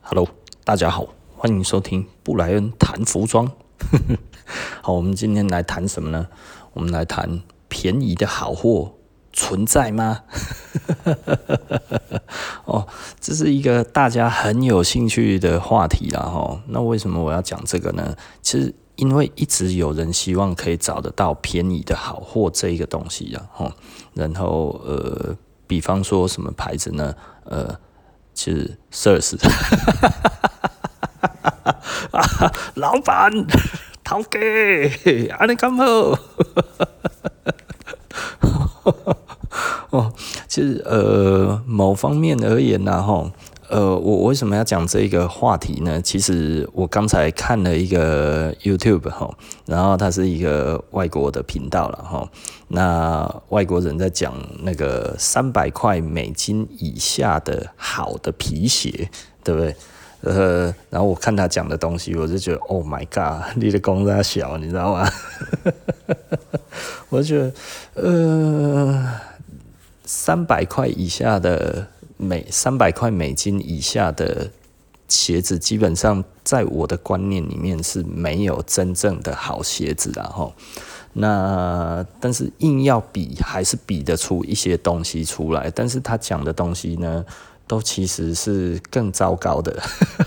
Hello，大家好，欢迎收听布莱恩谈服装。好，我们今天来谈什么呢？我们来谈便宜的好货存在吗？这是一个大家很有兴趣的话题啦。那为什么我要讲这个呢？其实因为一直有人希望可以找得到便宜的好货这一个东西啦。然后比方说什么牌子呢？其实 SARS 老板头家安尼咁好。其实某方面而言我为什么要讲这个话题呢？其实我刚才看了一个 YouTube 然后它是一个外国的频道啦。那外国人在讲那个$300以下的好的皮鞋，对不对？然后我看他讲的东西，我就觉得 Oh my God， 你的公差小，你知道吗？我就觉得$300以下的$300以下的鞋子，基本上在我的观念里面是没有真正的好鞋子啦。那但是硬要比，还是比得出一些东西出来，但是他讲的东西呢，都其实是更糟糕的。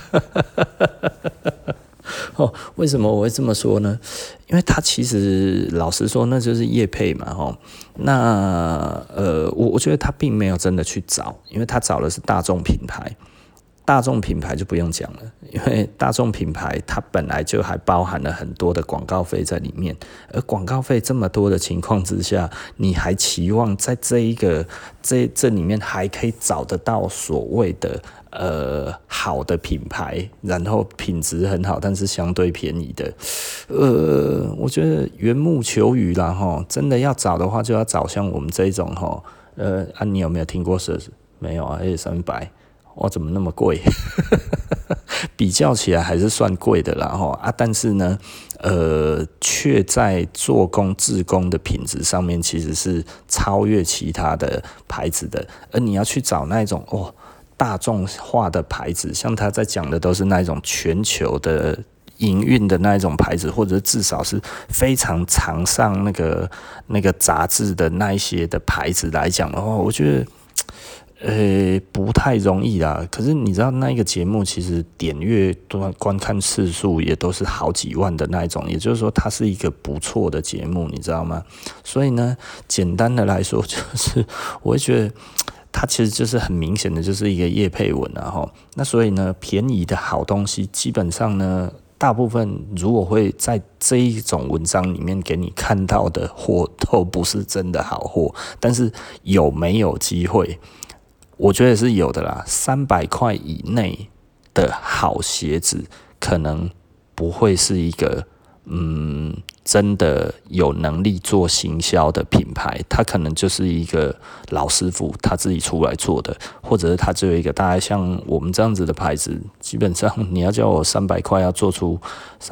为什么我会这么说呢？因为他其实老实说，那就是业配嘛。那我觉得他并没有真的去找，因为他找的是大众品牌。大众品牌就不用讲了，因为大众品牌它本来就还包含了很多的广告费在里面，而广告费这么多的情况之下，你还期望在这里面还可以找得到所谓的好的品牌，然后品质很好，但是相对便宜的，我觉得缘木求鱼啦真的要找的话，就要找像我们这一种你有没有听过SARS？没有啊，300。哇，怎么那么贵？比较起来还是算贵的啦但是呢，却在做工制工的品质上面其实是超越其他的牌子的。而你要去找那种大众化的牌子，像他在讲的都是那种全球的营运的那一种牌子，或者至少是非常常上那个杂志的那一些的牌子来讲的话，我觉得不太容易啦。可是你知道那一个节目其实点阅观看次数也都是好几万的那一种，也就是说它是一个不错的节目，你知道吗？所以呢，简单的来说就是我会觉得它其实就是很明显的就是一个业配文那所以呢，便宜的好东西基本上呢，大部分如果会在这一种文章里面给你看到的货都不是真的好货，但是有没有机会？我觉得是有的啦，$300以内的好鞋子，可能不会是一个真的有能力做行销的品牌，它可能就是一个老师傅他自己出来做的，或者是他只有一个大概像我们这样子的牌子，基本上你要叫我$300要做出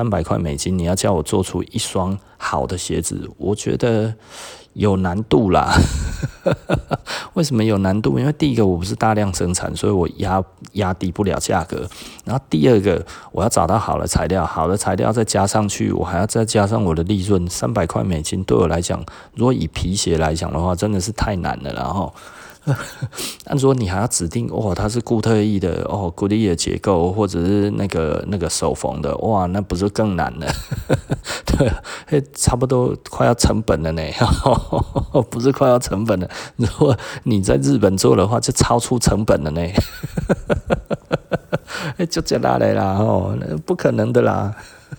$300，你要叫我做出一双好的鞋子，我觉得有难度啦。为什么有难度？因为第一个我不是大量生产，所以我压低不了价格。然后第二个，我要找到好的材料，好的材料再加上去，我还要再加上我的利润。$300对我来讲，如果以皮鞋来讲的话，真的是太难了。然后，那如果你还要指定它是固特异的固力的结构，或者是那个手缝的，哇，那不是更难了？对，差不多快要成本了呢，不是快要成本了。如果你在日本做的话，就超出成本了呢。就这样来啦，不可能的啦。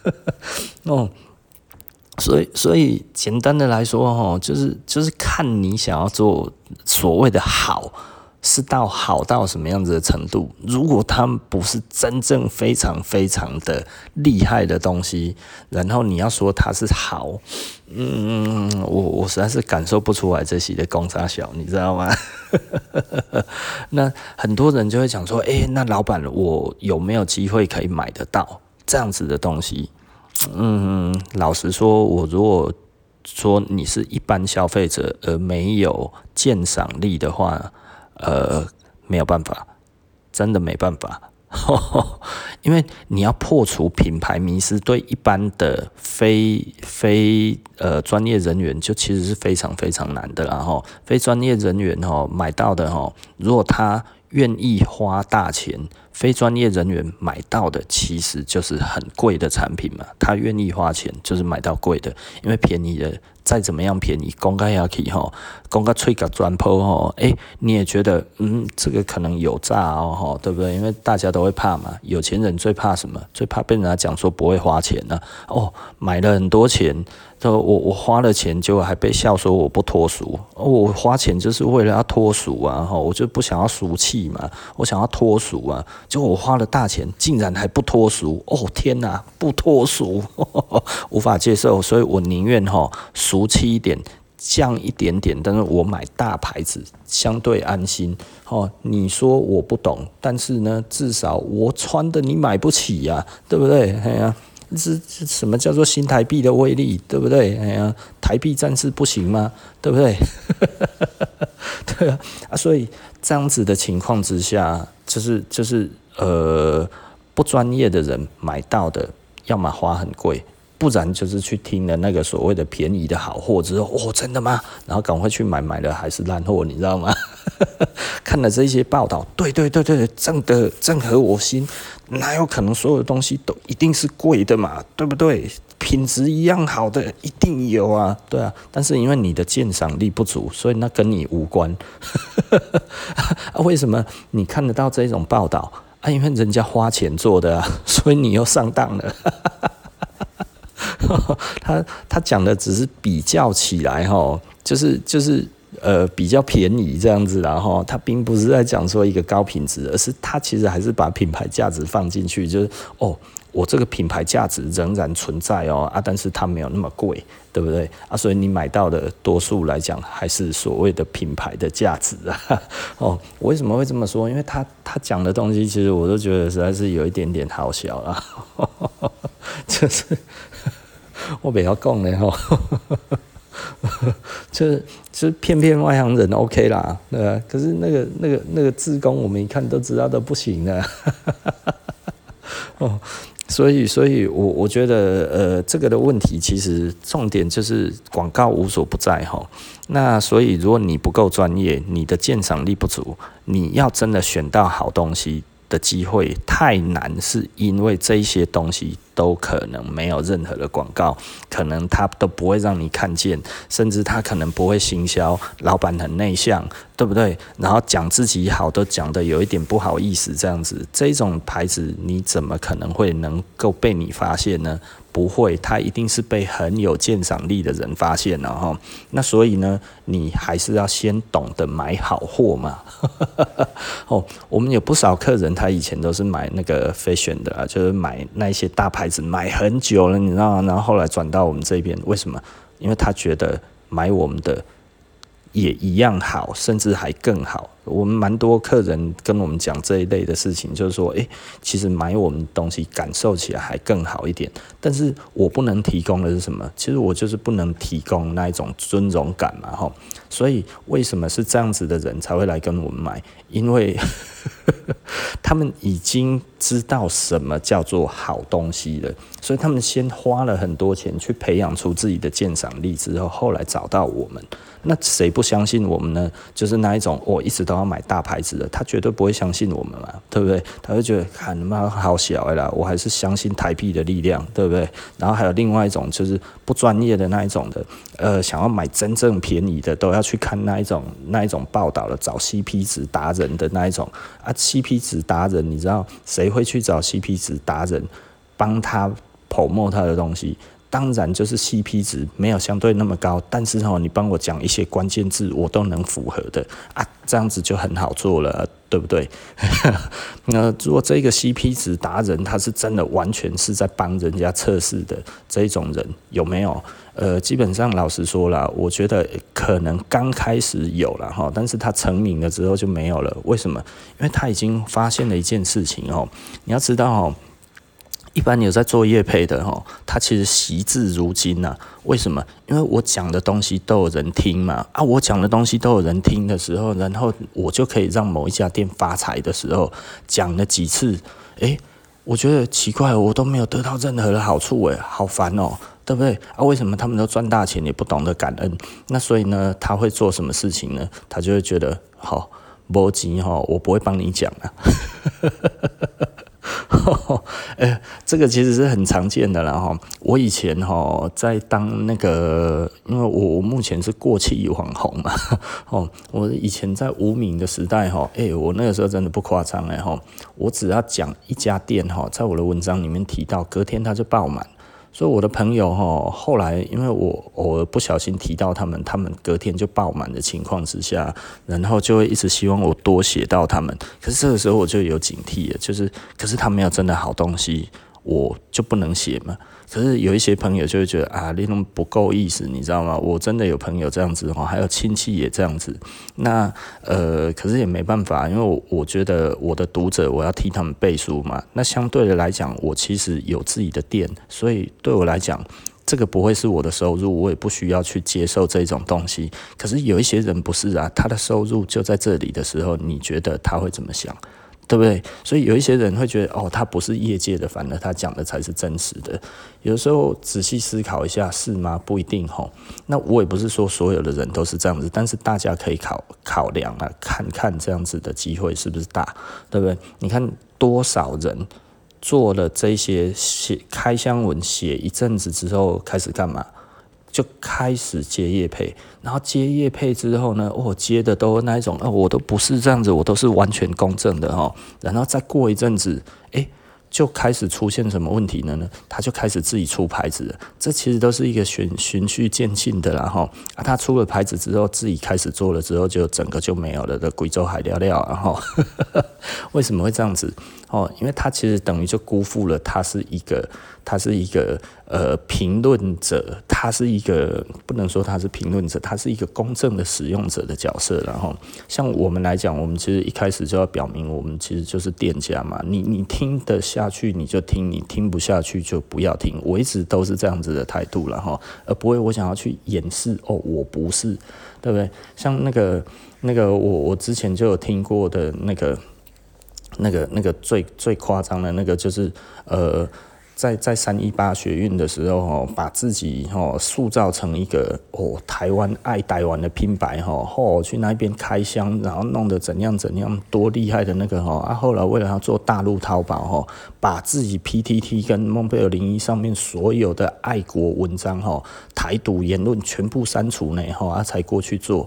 所以简单的来说就是看你想要做所谓的好是好到什么样子的程度。如果它不是真正非常非常的厉害的东西，然后你要说它是好，我实在是感受不出来这些的公差小，你知道吗？那很多人就会讲说，那老板我有没有机会可以买得到这样子的东西？老实说，我如果说你是一般消费者而没有鉴赏力的话，没有办法，真的没办法。 因为你要破除品牌迷思，对一般的非专业人员就其实是非常非常难的啦齁。非专业人员买到的如果他愿意花大钱，非专业人员买到的其实就是很贵的产品嘛。他愿意花钱就是买到贵的，因为便宜的再怎么样便宜，讲到下去讲到嘴角转破你也觉得这个可能有诈对不对？因为大家都会怕嘛，有钱人最怕什么？最怕被人家讲说不会花钱啊。买了很多钱，我花了钱，结果还被笑说我不脱俗。我花钱就是为了要脱俗啊，我就不想要俗气嘛，我想要脱俗啊。结果我花了大钱，竟然还不脱俗，天哪，不脱俗，无法接受，所以我宁愿俗气一点，降一点点，但是我买大牌子相对安心。你说我不懂，但是呢，至少我穿的你买不起呀，对不对？这什么叫做新台币的威力，对不对？台币战士不行吗？对不对？对啊，所以这样子的情况之下，就是不专业的人买到的，要么花很贵，不然就是去听了那个所谓的便宜的好货之后，真的吗？然后赶快去买了还是烂货，你知道吗？看了这些报道，对，正合我心，哪有可能所有的东西都一定是贵的嘛？对不对？品质一样好的一定有啊，对啊，但是因为你的鉴赏力不足，所以那跟你无关。为什么你看得到这种报道？因为人家花钱做的啊，所以你又上当了。他讲的只是比较起来就是比较便宜这样子啦他并不是在讲说一个高品质，而是他其实还是把品牌价值放进去，就是我这个品牌价值仍然存在但是它没有那么贵，对不对所以你买到的多数来讲还是所谓的品牌的价值啊我为什么会这么说？因为他讲的东西其实我都觉得实在是有一点点好笑啊就是我不要讲了就是骗外行人 OK 啦，对吧？可是那个志工我们一看都知道都不行了所以我觉得这个的问题其实重点就是广告无所不在那所以如果你不够专业，你的鉴赏力不足，你要真的选到好东西的机会太难，是因为这些东西都可能没有任何的广告，可能他都不会让你看见，甚至他可能不会行销，老板很内向，对不对？然后讲自己好都讲得有一点不好意思，这样子，这种牌子你怎么可能会能够被你发现呢？不会，他一定是被很有鉴赏力的人发现了那所以呢，你还是要先懂得买好货嘛我们有不少客人，他以前都是买那个 fashion 的就是买那些大牌子，买很久了，你知道吗？然后后来转到我们这边，为什么？因为他觉得买我们的也一样好，甚至还更好。我们蛮多客人跟我们讲这一类的事情，就是说，其实买我们东西感受起来还更好一点。但是我不能提供的是什么？其实我就是不能提供那一种尊荣感嘛，所以为什么是这样子的人才会来跟我们买？因为他们已经知道什么叫做好东西了，所以他们先花了很多钱去培养出自己的鉴赏力之后，后来找到我们。那谁不相信我们呢？就是那一种一直都要买大牌子的，他绝对不会相信我们嘛，对不对？他会觉得看他妈好小啦，我还是相信台币的力量，对不对？然后还有另外一种就是不专业的那一种的，想要买真正便宜的，都要去看那一种报道的，找 CP 值达人的那一种CP 值达人，你知道谁会去找 CP 值达人帮他 promote 他的东西？当然就是 CP 值没有相对那么高，但是你帮我讲一些关键字我都能符合的这样子就很好做了，对不对？那如果这个 CP 值达人他是真的完全是在帮人家测试的这一种人，有没有？基本上老实说啦，我觉得可能刚开始有啦但是他成名了之后就没有了。为什么？因为他已经发现了一件事情你要知道一般有在做业配的他其实惜字如金啊。为什么？因为我讲的东西都有人听嘛我讲的东西都有人听的时候，然后我就可以让某一家店发财的时候，讲了几次我觉得奇怪，我都没有得到任何的好处，好烦哦，对不对啊？为什么他们都赚大钱也不懂得感恩？那所以呢，他会做什么事情呢？他就会觉得好，没钱我不会帮你讲啊。这个其实是很常见的啦哈。我以前在当那个，因为我目前是过气网红嘛，我以前在无名的时代我那个时候真的不夸张我只要讲一家店在我的文章里面提到，隔天它就爆满。所以我的朋友后来因为我偶尔不小心提到他们隔天就爆满的情况之下，然后就会一直希望我多写到他们。可是这个时候我就有警惕了，可是他没有真的好东西，我就不能写嘛。可是有一些朋友就会觉得啊，你那不够意思，你知道吗？我真的有朋友这样子还有亲戚也这样子。那可是也没办法，因为我觉得我的读者我要替他们背书嘛。那相对的来讲，我其实有自己的店，所以对我来讲，这个不会是我的收入，我也不需要去接受这种东西。可是有一些人不是啊，他的收入就在这里的时候，你觉得他会怎么想？对不对？所以有一些人会觉得他不是业界的，反而他讲的才是真实的。有的时候仔细思考一下，是吗？不一定那我也不是说所有的人都是这样子，但是大家可以考量啊，看看这样子的机会是不是大，对不对？你看多少人做了这些开箱文，写一阵子之后开始干嘛？就开始接业配，然后接业配之后呢，接的都那一种，我都不是这样子，我都是完全公正的然后再过一阵子，就开始出现什么问题了呢？他就开始自己出牌子了，这其实都是一个循序渐进的啦他出了牌子之后，自己开始做了之后，就整个就没有了的贵州海料料为什么会这样子？因为他其实等于就辜负了他是一个评论者，他是一个不能说他是评论者，他是一个公正的使用者的角色。然后像我们来讲，我们其实一开始就要表明，我们其实就是店家嘛，你听得下去你就听，你听不下去就不要听。我一直都是这样子的态度了而不会我想要去掩饰我不是，对不对？像那个我之前就有听过的那个最夸张的那个就是在318学运的时候把自己塑造成一个台湾爱台湾的品牌去那边开箱，然后弄得怎样多厉害的那个后来为了要做大陆淘宝把自己 PTT 跟孟贝尔01上面所有的爱国文章台独言论全部删除呢才过去做。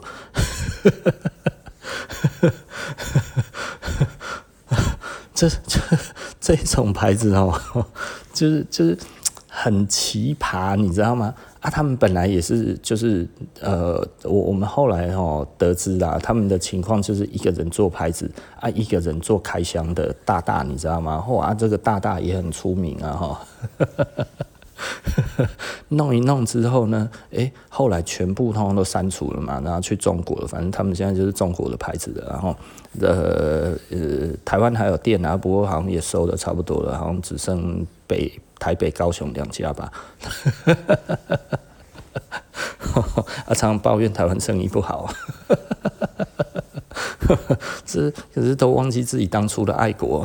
这种牌子就是很奇葩，你知道吗？他们本来也是就是我们后来得知啦，他们的情况就是一个人做牌子一个人做开箱的大，你知道吗？这个大也很出名弄一弄之后呢，后来全部通通都删除了嘛，然后去中国了，反正他们现在就是中国的牌子的，然后台湾还有店不过好像也收的差不多了，好像只剩台北、高雄2家吧。常常抱怨台湾生意不好可是都忘记自己当初的爱国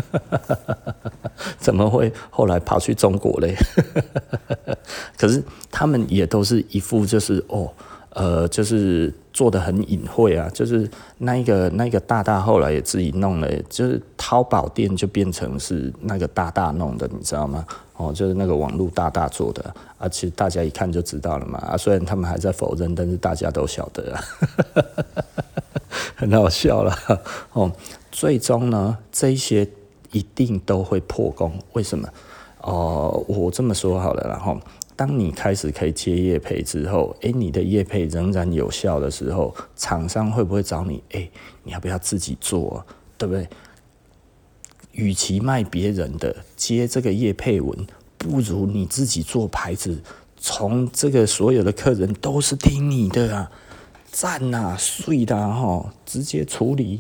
怎么会后来跑去中国嘞？可是他们也都是一副就是就是做得很隐晦啊，就是那一个大后来也自己弄了，就是淘宝店就变成是那个大弄的，你知道吗？就是那个网络大做的其实大家一看就知道了嘛虽然他们还在否认，但是大家都晓得很好笑啦最终呢，这一些一定都会破功，为什么？我这么说好了啦当你开始可以接业配之后，你的业配仍然有效的时候，厂商会不会找你？你要不要自己做对不对？与其卖别人的，接这个业配文，不如你自己做牌子，从这个所有的客人都是听你的赞水的直接处理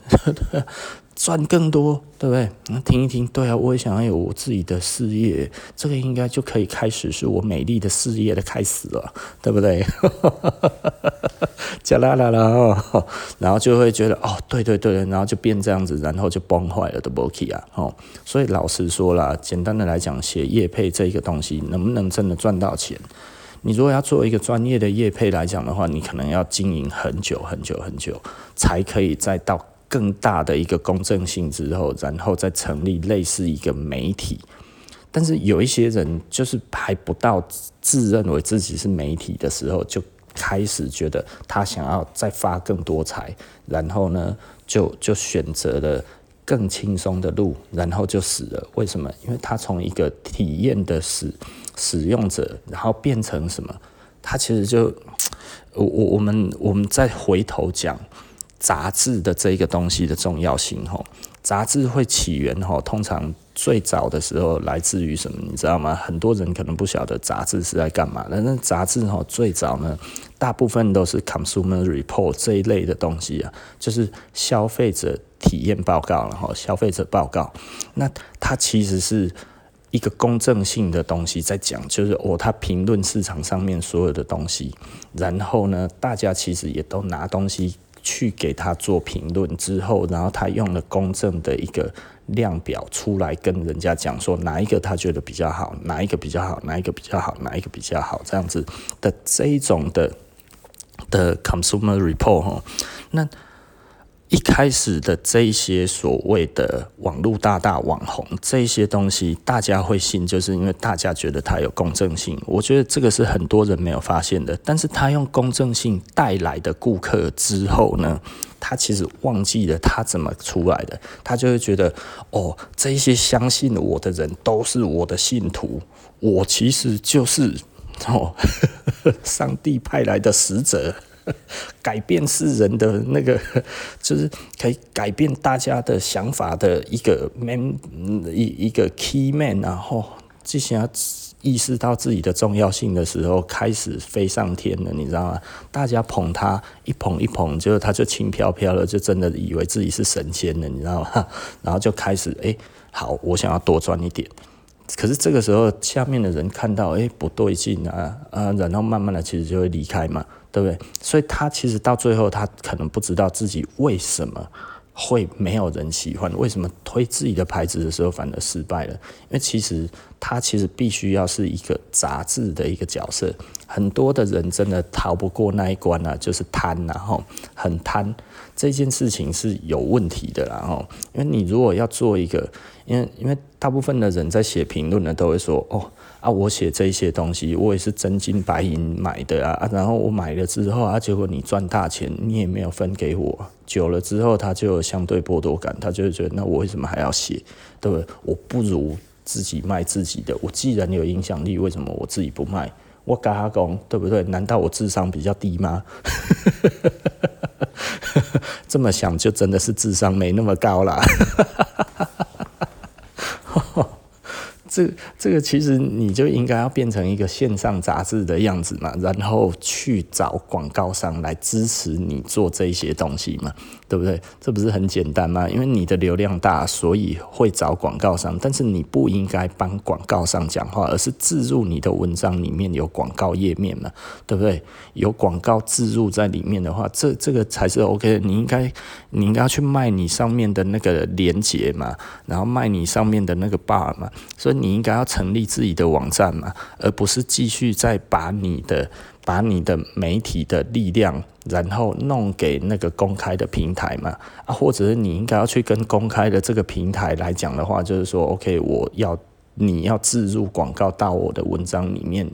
赚更多，对不对？听一听，对啊，我也想要有我自己的事业，这个应该就可以开始是我美丽的事业的开始了，对不对？加啦啦啦哦，然后就会觉得哦，对对对，然后就变这样子，然后就崩坏了的 b o k 啊，哦，所以老实说啦，简单的来讲，写业配这个东西能不能真的赚到钱？你如果要做一个专业的业配来讲的话，你可能要经营很久很久很久，才可以再到更大的一个公正性之后，然后再成立类似一个媒体。但是有一些人就是还不到自认为自己是媒体的时候，就开始觉得他想要再发更多财，然后呢就选择了更轻松的路，然后就死了。为什么？因为他从一个体验的使用者，然后变成什么？他其实就我们再回头讲杂志的这个东西的重要性吼。杂志会起源吼，通常最早的时候来自于什么？你知道吗？很多人可能不晓得杂志是在干嘛的。那杂志吼最早呢，大部分都是 consumer report 这一类的东西啊，就是消费者体验报告，然后消费者报告。那它其实是一个公正性的东西在讲，就是它评论市场上面所有的东西，然后呢，大家其实也都拿东西去给他做评论之后，然后他用了公正的一个量表出来跟人家讲说哪一个他觉得比较好，哪一个比较好，哪一个比较好，哪一个比较好，这样子的这一种的 consumer report 那一开始的这一些所谓的网络大网红这一些东西，大家会信，就是因为大家觉得它有公正性。我觉得这个是很多人没有发现的。但是他用公正性带来的顾客之后呢，他其实忘记了他怎么出来的。他就会觉得，这一些相信我的人都是我的信徒，我其实就是上帝派来的使者。改变世人的那个，就是可以改变大家的想法的一个 一个 key man， 然后这些意识到自己的重要性的时候，开始飞上天了，你知道吗？大家捧他，一捧一捧，就他就轻飘飘了，就真的以为自己是神仙了，你知道吗？然后就开始，好，我想要多赚一点。可是这个时候，下面的人看到，不对劲啊，然后慢慢的其实就会离开嘛，对不对？所以他其实到最后，他可能不知道自己为什么会没有人喜欢，为什么推自己的牌子的时候反而失败了？因为其实他其实必须要是一个杂志的一个角色，很多的人真的逃不过那一关啊，就是贪啊，很贪。这件事情是有问题的啦，因为你如果要做一个，因为大部分的人在写评论呢，都会说，我写这些东西，我也是真金白银买的啊，然后我买了之后结果你赚大钱，你也没有分给我，久了之后他就有相对剥夺感，他就会觉得，那我为什么还要写，对不对？我不如自己卖自己的，我既然有影响力，为什么我自己不卖？我跟他讲，对不对？难道我智商比较低吗？这么想就真的是智商没那么高啦。这个其实你就应该要变成一个线上杂志的样子嘛，然后去找广告商来支持你做这些东西嘛，对不对？这不是很简单吗？因为你的流量大，所以会找广告商，但是你不应该帮广告商讲话，而是置入你的文章里面有广告页面嘛，对不对？有广告置入在里面的话，这个才是 OK 的。你应该要去卖你上面的那个连结嘛，然后卖你上面的那个 bar 嘛，所以你应该要成立自己的网站嘛，而不是继续再把你的媒体的力量，然后弄给那个公开的平台嘛，或者是你应该要去跟公开的这个平台来讲的话，就是说 OK， 你要置入广告到我的文章里面，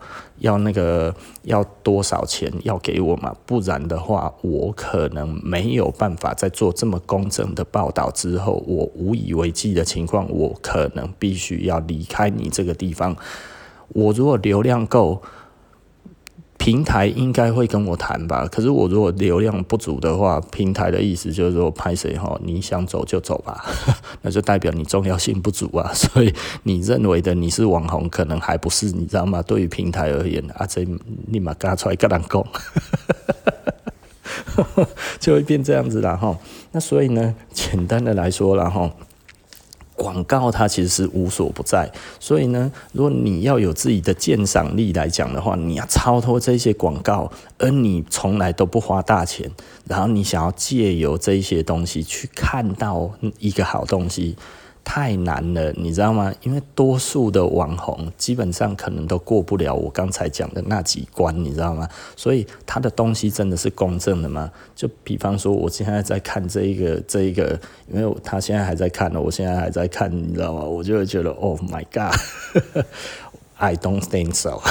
要多少钱要给我嘛？不然的话，我可能没有办法在做这么公正的报道之后，我无以为继的情况，我可能必须要离开你这个地方。我如果流量够，平台应该会跟我谈吧，可是我如果流量不足的话，平台的意思就是说拍谁你想走就走吧，那就代表你重要性不足啊，所以你认为的你是网红，可能还不是，你知道吗？对于平台而言，这你嘛跟他出来跟人讲。 就会变这样子啦齁。那所以呢，简单的来说啦齁，广告它其实是无所不在，所以呢，如果你要有自己的鉴赏力来讲的话，你要超脱这些广告，而你从来都不花大钱，然后你想要借由这些东西去看到一个好东西，太难了，你知道吗？因为多数的网红基本上可能都过不了我刚才讲的那几关，你知道吗？所以他的东西真的是公正的吗？就比方说，我现在在看这一个，因为他现在还在看呢，我现在还在看，你知道吗？我就会觉得 ，Oh my God，I don't think so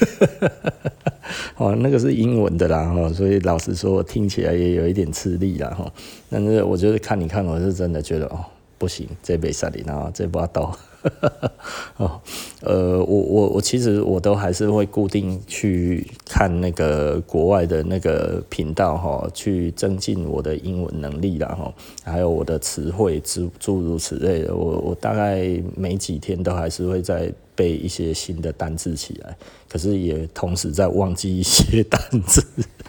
哦，那个是英文的啦，所以老实说，听起来也有一点吃力啦，但是我觉得看一看，我是真的觉得不行，这没啥理，这不到。我其实我都还是会固定去看那个国外的那个频道去增进我的英文能力啦还有我的词汇诸如此类的。我大概每几天都还是会再背一些新的单字起来，可是也同时在忘记一些单字。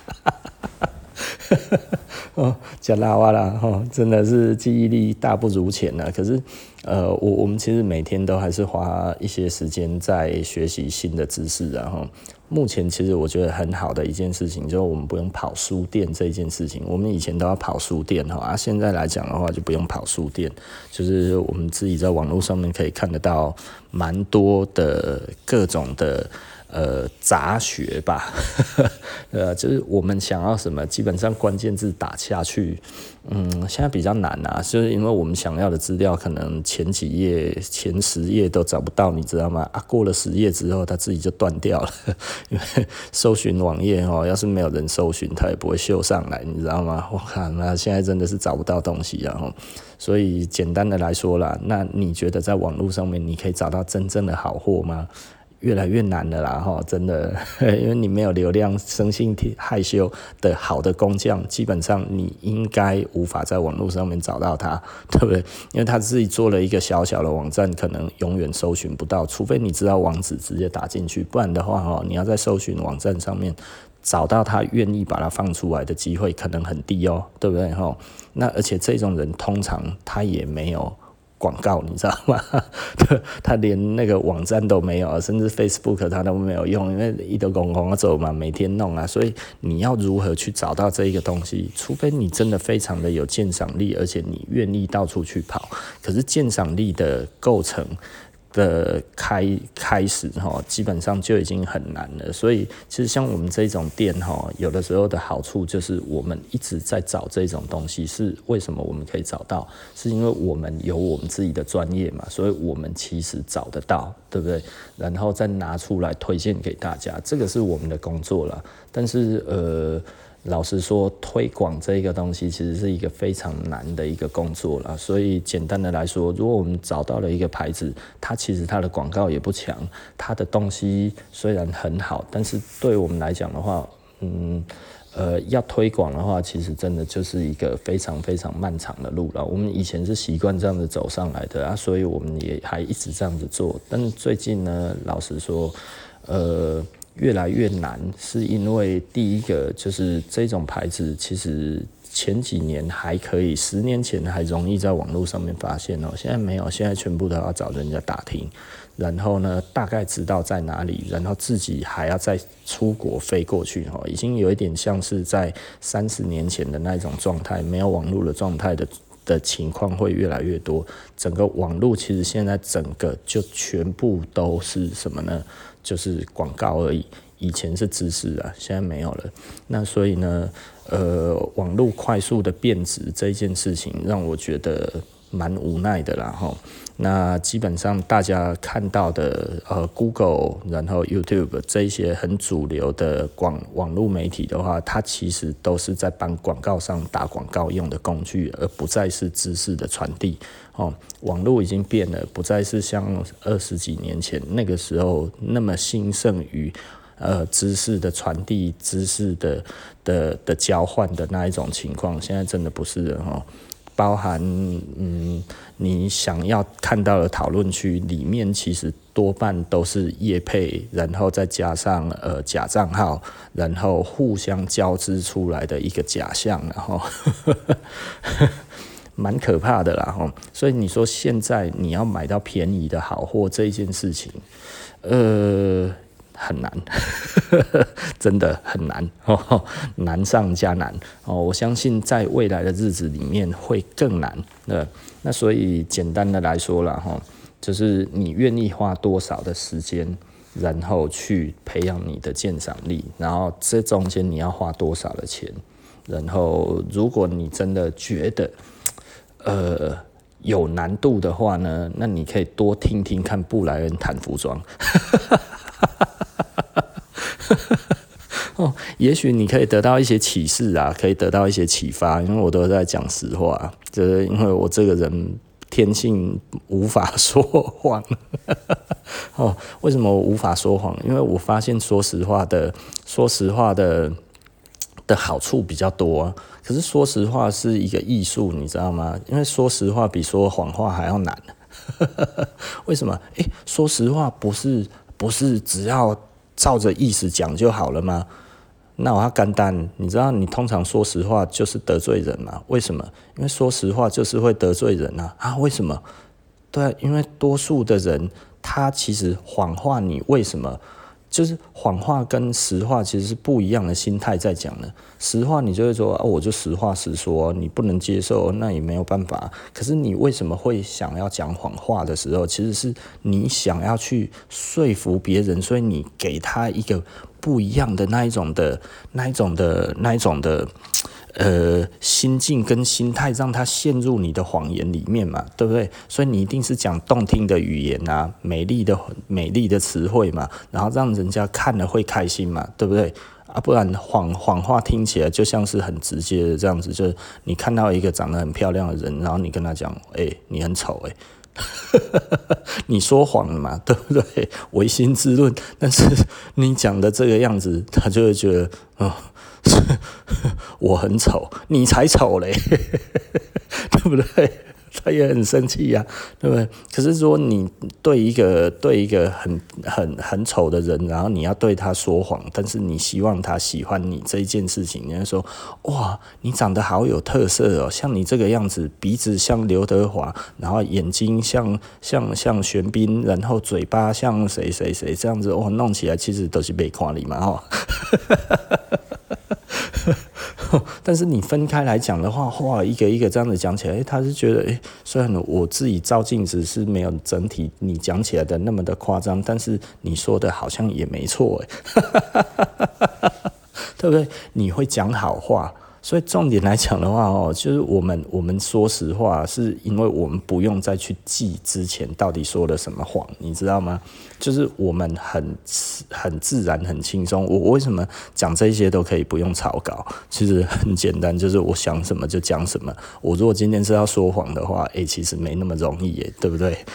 加拉哇啦真的是记忆力大不如前啊。可是我们其实每天都还是花一些时间在学习新的知识啊。目前其实我觉得很好的一件事情，就是我们不用跑书店这件事情。我们以前都要跑书店现在来讲的话就不用跑书店，就是我们自己在网络上面可以看得到蛮多的各种的杂学吧，就是我们想要什么，基本上关键字打下去，现在比较难啊，就是因为我们想要的资料可能前几页、前10页都找不到，你知道吗？过了10页之后，它自己就断掉了，因为搜寻网页要是没有人搜寻，它也不会秀上来，你知道吗？我看那现在真的是找不到东西啊，所以简单的来说啦，那你觉得在网络上面你可以找到真正的好货吗？越来越难了啦真的，因为你没有流量，生性害羞的好的工匠，基本上你应该无法在网络上面找到他，对不对？因为他自己做了一个小小的网站，可能永远搜寻不到，除非你知道网址直接打进去，不然的话你要在搜寻网站上面找到他愿意把它放出来的机会可能很低对不对那而且这种人通常他也没有广告，你知道吗？他连那个网站都没有，甚至 Facebook 他都没有用，因为一直公公走嘛，每天弄啊，所以你要如何去找到这一个东西？除非你真的非常的有鉴赏力，而且你愿意到处去跑。可是鉴赏力的构成的开始基本上就已经很难了，所以其实像我们这种店有的时候的好处就是我们一直在找这种东西，是为什么我们可以找到？是因为我们有我们自己的专业嘛，所以我们其实找得到，对不对？然后再拿出来推荐给大家，这个是我们的工作啦。但是老实说，推广这个东西其实是一个非常难的一个工作啦。所以简单的来说，如果我们找到了一个牌子，它其实它的广告也不强，它的东西虽然很好，但是对我们来讲的话，要推广的话，其实真的就是一个非常非常漫长的路了。我们以前是习惯这样子走上来的啊，所以我们也还一直这样子做。但是最近呢，老实说，越来越难，是因为第一个就是这种牌子其实前几年还可以，10年前还容易在网络上面发现现在没有，现在全部都要找人家打听，然后呢大概知道在哪里，然后自己还要再出国飞过去已经有一点像是在30年前的那种状态，没有网络的状态的情况会越来越多。整个网络其实现在整个就全部都是什么呢？就是广告而已。以前是知识啊，现在没有了。那所以呢，网络快速的变质这一件事情，让我觉得蛮无奈的啦那基本上大家看到的Google 然后 YouTube 这一些很主流的网络媒体的话，它其实都是在帮广告上打广告用的工具，而不再是知识的传递网络已经变了，不再是像20几年前那个时候那么兴盛于知识的传递、知识的交换的那一种情况，现在真的不是了包含你想要看到的讨论区里面，其实多半都是业配，然后再加上假账号，然后互相交织出来的一个假象，然后蛮可怕的啦齁。所以你说现在你要买到便宜的好货这一件事情，很难，真的很难，难上加难。我相信在未来的日子里面会更难。那所以简单的来说啦，就是你愿意花多少的时间，然后去培养你的鉴赏力，然后这中间你要花多少的钱，然后如果你真的觉得有难度的话呢，那你可以多听听看布莱恩谈服装。也许你可以得到一些启示啊，可以得到一些启发，因为我都在讲实话，就是因为我这个人天性无法说谎。为什么我无法说谎？因为我发现说实话的好处比较多，可是说实话是一个艺术，你知道吗？因为说实话比说谎话还要难。为什么？说实话不是只要照着意思讲就好了吗？那我要干单，你知道你通常说实话就是得罪人嘛？为什么？因为说实话就是会得罪人啊！为什么？对啊，因为多数的人他其实谎话，你为什么？就是谎话跟实话其实是不一样的心态在讲的。实话你就会说我就实话实说，你不能接受那也没有办法。可是你为什么会想要讲谎话的时候，其实是你想要去说服别人，所以你给他一个不一样的那一种的心境跟心态，让他陷入你的谎言里面嘛，对不对？所以你一定是讲动听的语言啊，美丽的词汇嘛，然后让人家看了会开心嘛，对不对？不然谎话听起来就像是很直接的这样子，就是你看到一个长得很漂亮的人，然后你跟他讲，你很丑你说谎了嘛，对不对？唯心之论，但是你讲的这个样子，他就会觉得，我很丑，你才丑嘞，对不对？他也很生气呀，对不对？可是如果你对一个很丑的人，然后你要对他说谎，但是你希望他喜欢你这一件事情，你就说哇，你长得好有特色哦，像你这个样子，鼻子像刘德华，然后眼睛像玄彬，然后嘴巴像谁这样子，弄起来其实都是被看你嘛但是你分开来讲的话，哇，一个一个这样子讲起来，他是觉得，虽然我自己照镜子是没有整体你讲起来的那么的夸张，但是你说的好像也没错，对不对？你会讲好话。所以重点来讲的话就是我们说实话，是因为我们不用再去记之前到底说了什么谎，你知道吗？就是我们很自然很轻松。我为什么讲这些都可以不用草稿？其实很简单，就是我想什么就讲什么。我如果今天是要说谎的话，其实没那么容易耶，对不对？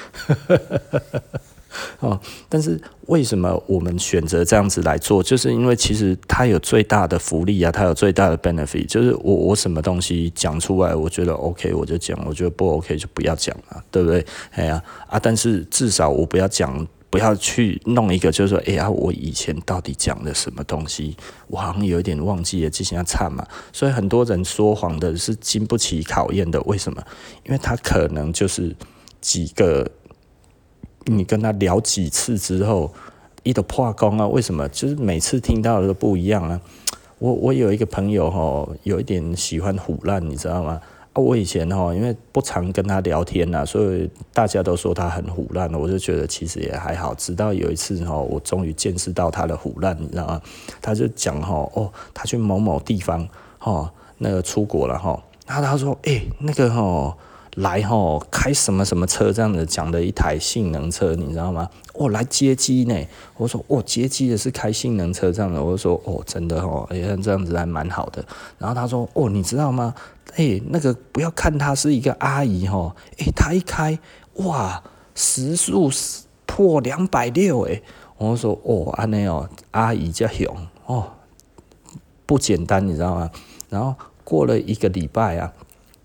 但是为什么我们选择这样子来做？就是因为其实它有最大的福利啊，它有最大的 benefit。就是我什么东西讲出来，我觉得 OK 我就讲，我觉得不 OK 就不要讲了，对不对？但是至少我不要讲，不要去弄一个，就是说，我以前到底讲了什么东西，我好像有一点忘记了，之前要唱嘛。所以很多人说谎的是经不起考验的，为什么？因为他可能就是几个。你跟他聊几次之后，他就破功啊？为什么？就是每次听到的都不一样啊。我有一个朋友有一点喜欢唬烂，你知道吗？我以前因为不常跟他聊天啊，所以大家都说他很唬烂，我就觉得其实也还好。直到有一次我终于见识到他的唬烂，你知道吗？他就讲他去某某地方那个出国了然后他说那个来开什么什么车这样子，讲的一台性能车，你知道吗？来接机呢。我说接机的是开性能车这样的。我就说真的这样子还蛮好的。然后他说你知道吗？那个不要看她是一个阿姨她一开哇时速破260我就说这样阿姨这样不简单，你知道吗？然后过了1个礼拜啊。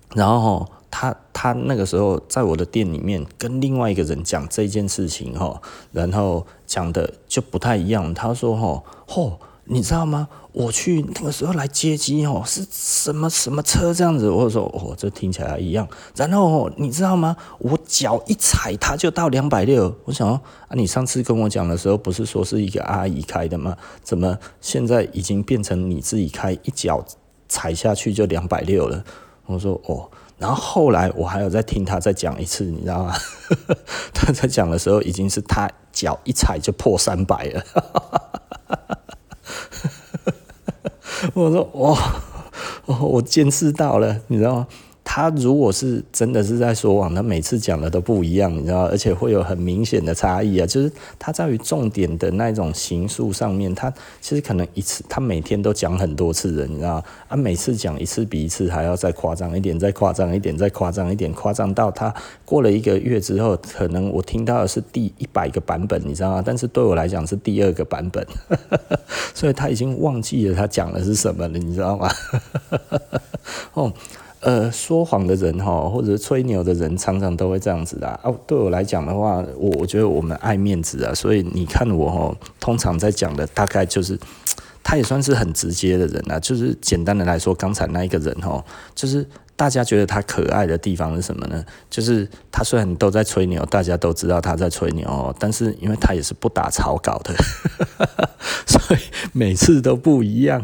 然后他那个时候在我的店里面跟另外一个人讲这件事情然后讲的就不太一样。他说你知道吗？我去那个时候来接机是什么什么车这样子。我说这听起来一样。然后你知道吗？我脚一踩它就到260。我想你上次跟我讲的时候不是说是一个阿姨开的吗？怎么现在已经变成你自己开，一脚踩下去就260了？我说然后后来我还有再听他再讲一次，你知道吗？他在讲的时候已经是他脚一踩就破300了。我说我见识到了，你知道吗？他如果是真的是在说谎，他每次讲的都不一样，你知道吗？而且会有很明显的差异啊，就是他在于重点的那种形数上面，他其实可能一次他每天都讲很多次的，你知道吗？每次讲一次比一次还要再夸张一点，再夸张一点，再夸张一点，夸张到他过了1个月之后，可能我听到的是第100个版本，你知道吗？但是对我来讲是第2个版本，所以他已经忘记了他讲的是什么了，你知道吗？说谎的人或者吹牛的人常常都会这样子的对我来讲的话，我觉得我们爱面子啊，所以你看我通常在讲的大概就是他也算是很直接的人啊。就是简单的来说，刚才那一个人就是大家觉得他可爱的地方是什么呢？就是他虽然都在吹牛，大家都知道他在吹牛但是因为他也是不打草稿的，所以每次都不一样。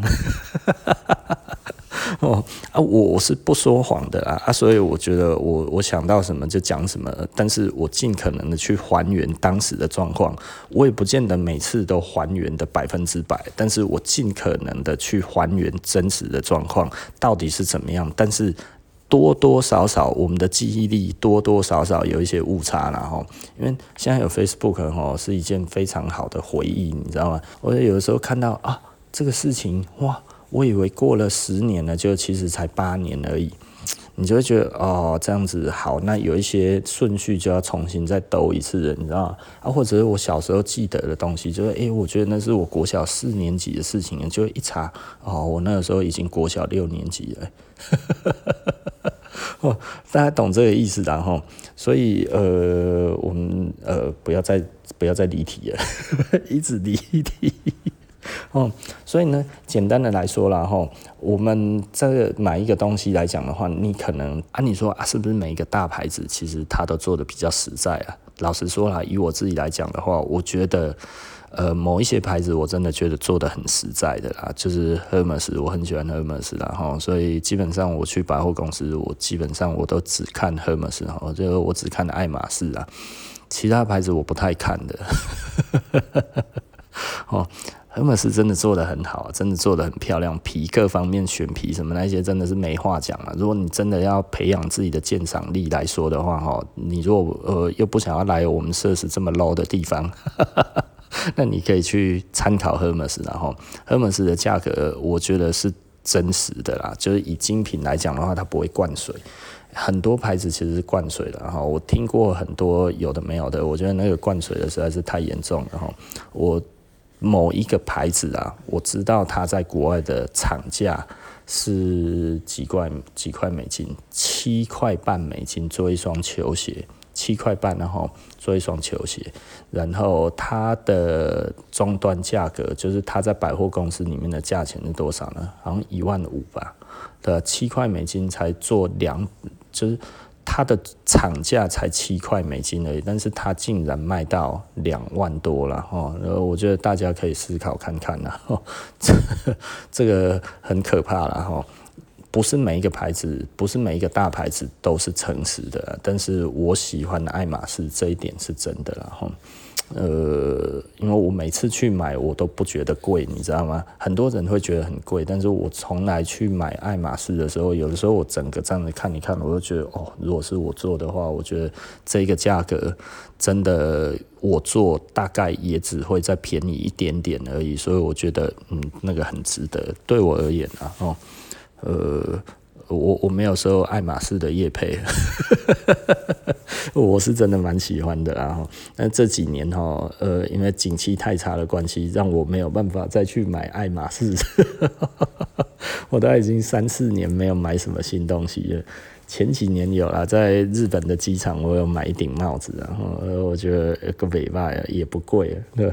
我是不说谎的所以我觉得我想到什么就讲什么，但是我尽可能的去还原当时的状况，我也不见得每次都还原的100%，但是我尽可能的去还原真实的状况到底是怎么样，但是多多少少我们的记忆力多多少少有一些误差啦因为现在有 Facebook 是一件非常好的回忆，你知道吗？我有的时候看到这个事情我以为过了10年了，就其实才8年而已，你就会觉得这样子好，那有一些顺序就要重新再兜一次了，你知道吗？或者是我小时候记得的东西，就是我觉得那是我国小4年级的事情，就一查我那个时候已经国小6年级了。大家懂这个意思啦所以我们不要再离题了，一直离题。所以呢，简单的来说啦我们这个买一个东西来讲的话，你可能你说是不是每一个大牌子其实它都做的比较实在啊？老实说啦，以我自己来讲的话，我觉得某一些牌子我真的觉得做的很实在的啦，就是 Hermes， 我很喜欢 Hermes 啦所以基本上我去百货公司，我基本上我都只看 Hermes 就我只看爱马仕啊，其他牌子我不太看的。Hermes 真的做得很好，真的做得很漂亮，皮各方面选皮什么那些真的是没话讲啊。如果你真的要培养自己的鉴赏力来说的话你如果又不想要来我们设施这么 low 的地方，那你可以去参考 Hermes， 然后 Hermes 的价格我觉得是真实的啦，就是以精品来讲的话，它不会灌水。很多牌子其实是灌水的我听过很多有的没有的，我觉得那个灌水的实在是太严重了我某一个牌子我知道它在国外的厂价是几块美金，7块半美金做一双球鞋，7块半做一双球鞋，然后它的终端价格就是它在百货公司里面的价钱是多少呢？好像15000吧，7块美金才做就是它的厂价才7块美金而已，但是它竟然卖到2万多了我觉得大家可以思考看看啦这个很可怕啦不是每一个牌子，不是每一个大牌子都是诚实的但是我喜欢的爱马仕这一点是真的啦因为我每次去买我都不觉得贵，你知道吗？很多人会觉得很贵，但是我从来去买爱马仕的时候，有的时候我整个这样子看一看，我就觉得如果是我做的话，我觉得这个价格真的我做大概也只会再便宜一点点而已，所以我觉得那个很值得，对我而言我没有收爱马仕的业配，我是真的蛮喜欢的啦但这几年因为景气太差的关系，让我没有办法再去买爱马仕，我都已经3-4年没有买什么新东西了。 前几年有啦，在日本的机场我有买一顶帽子，然后我觉得个尾巴也不贵，对。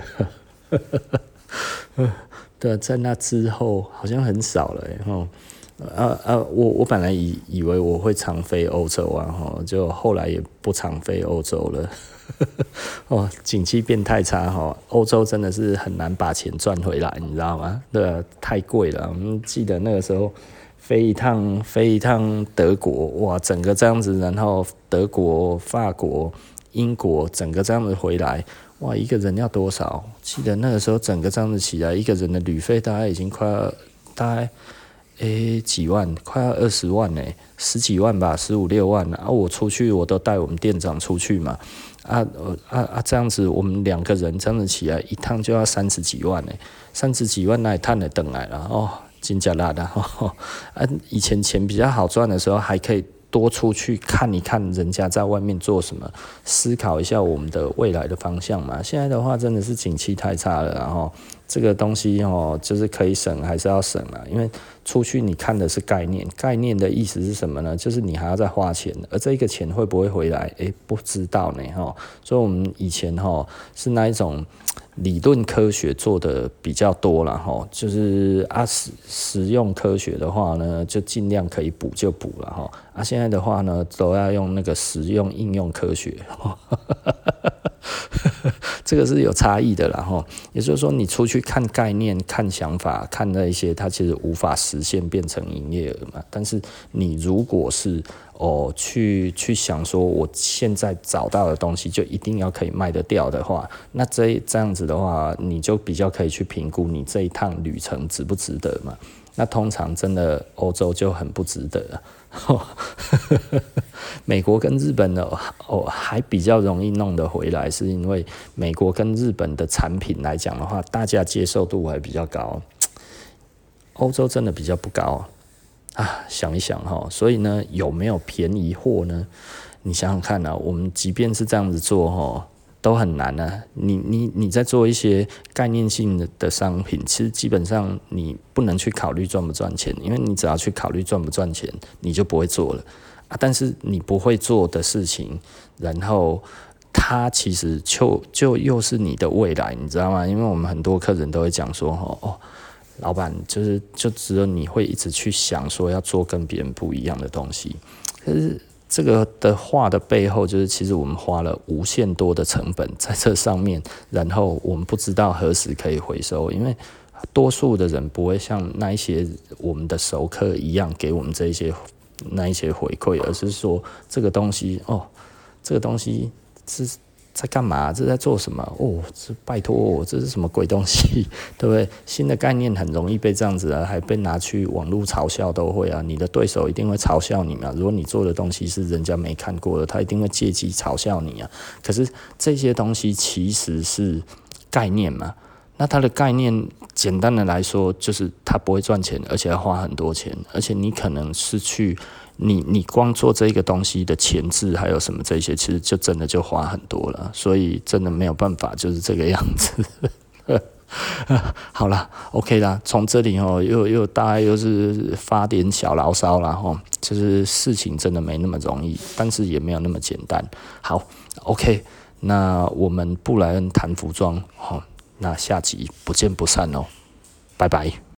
对，在那之后好像很少了，我本来以为我会常飞欧洲啊，就后来也不常飞欧洲了。景气变太差，欧洲真的是很难把钱赚回来，你知道吗？对，太贵了。我们记得那个时候飞一趟德国，哇，整个这样子，然后德国、法国、英国整个这样子回来，哇，一个人要多少？记得那个时候整个这样子起来，一个人的旅费大概已经大概几万，快要20万呢，10几万吧，15、16万啊！我出去我都带我们店长出去嘛，这样子我们2个人这样子起来一趟就要30几万呢，30几万那也赚了等来了真假辣的以前钱比较好赚的时候还可以多出去看一看人家在外面做什么，思考一下我们的未来的方向嘛。现在的话真的是景气太差了，然后这个东西就是可以省还是要省啊，因为出去你看的是概念，概念的意思是什么呢？就是你还要再花钱，而这个钱会不会回来？不知道呢所以我们以前是那一种理论科学做的比较多啦就是实用科学的话呢，就尽量可以补就补了现在的话呢，都要用那个实用应用科学这个是有差异的啦也就是说你出去看概念、看想法、看那一些，它其实无法实现变成营业额嘛。但是你如果是去想说我现在找到的东西就一定要可以卖得掉的话，那这样子的话，你就比较可以去评估你这一趟旅程值不值得嘛。那通常真的欧洲就很不值得美国跟日本呢还比较容易弄得回来，是因为美国跟日本的产品来讲的话，大家接受度还比较高，欧洲真的比较不高想一想所以呢，有没有便宜货呢？你想想看我们即便是这样子做都很难啊！你在做一些概念性的商品，其实基本上你不能去考虑赚不赚钱，因为你只要去考虑赚不赚钱，你就不会做了但是你不会做的事情，然后它其实就又是你的未来，你知道吗？因为我们很多客人都会讲说老板就只有你会一直去想说要做跟别人不一样的东西，可是这个的话的背后，就是其实我们花了无限多的成本在这上面，然后我们不知道何时可以回收，因为多数的人不会像那一些我们的熟客一样给我们那一些回馈，而是说这个东西是在干嘛？这在做什么？这拜托这是什么鬼东西？对不对？新的概念很容易被这样子还被拿去网络嘲笑都会你的对手一定会嘲笑你嘛。如果你做的东西是人家没看过的，他一定会借机嘲笑你可是这些东西其实是概念嘛。那它的概念简单的来说，就是它不会赚钱，而且要花很多钱，而且你可能是去你光做这个东西的前置还有什么这些，其实就真的就花很多了，所以真的没有办法就是这个样子好啦 OK 啦，从这里又大概又是发点小牢骚啦就是事情真的没那么容易，但是也没有那么简单。好 OK， 那我们布莱恩谈服装那下集不见不散拜拜。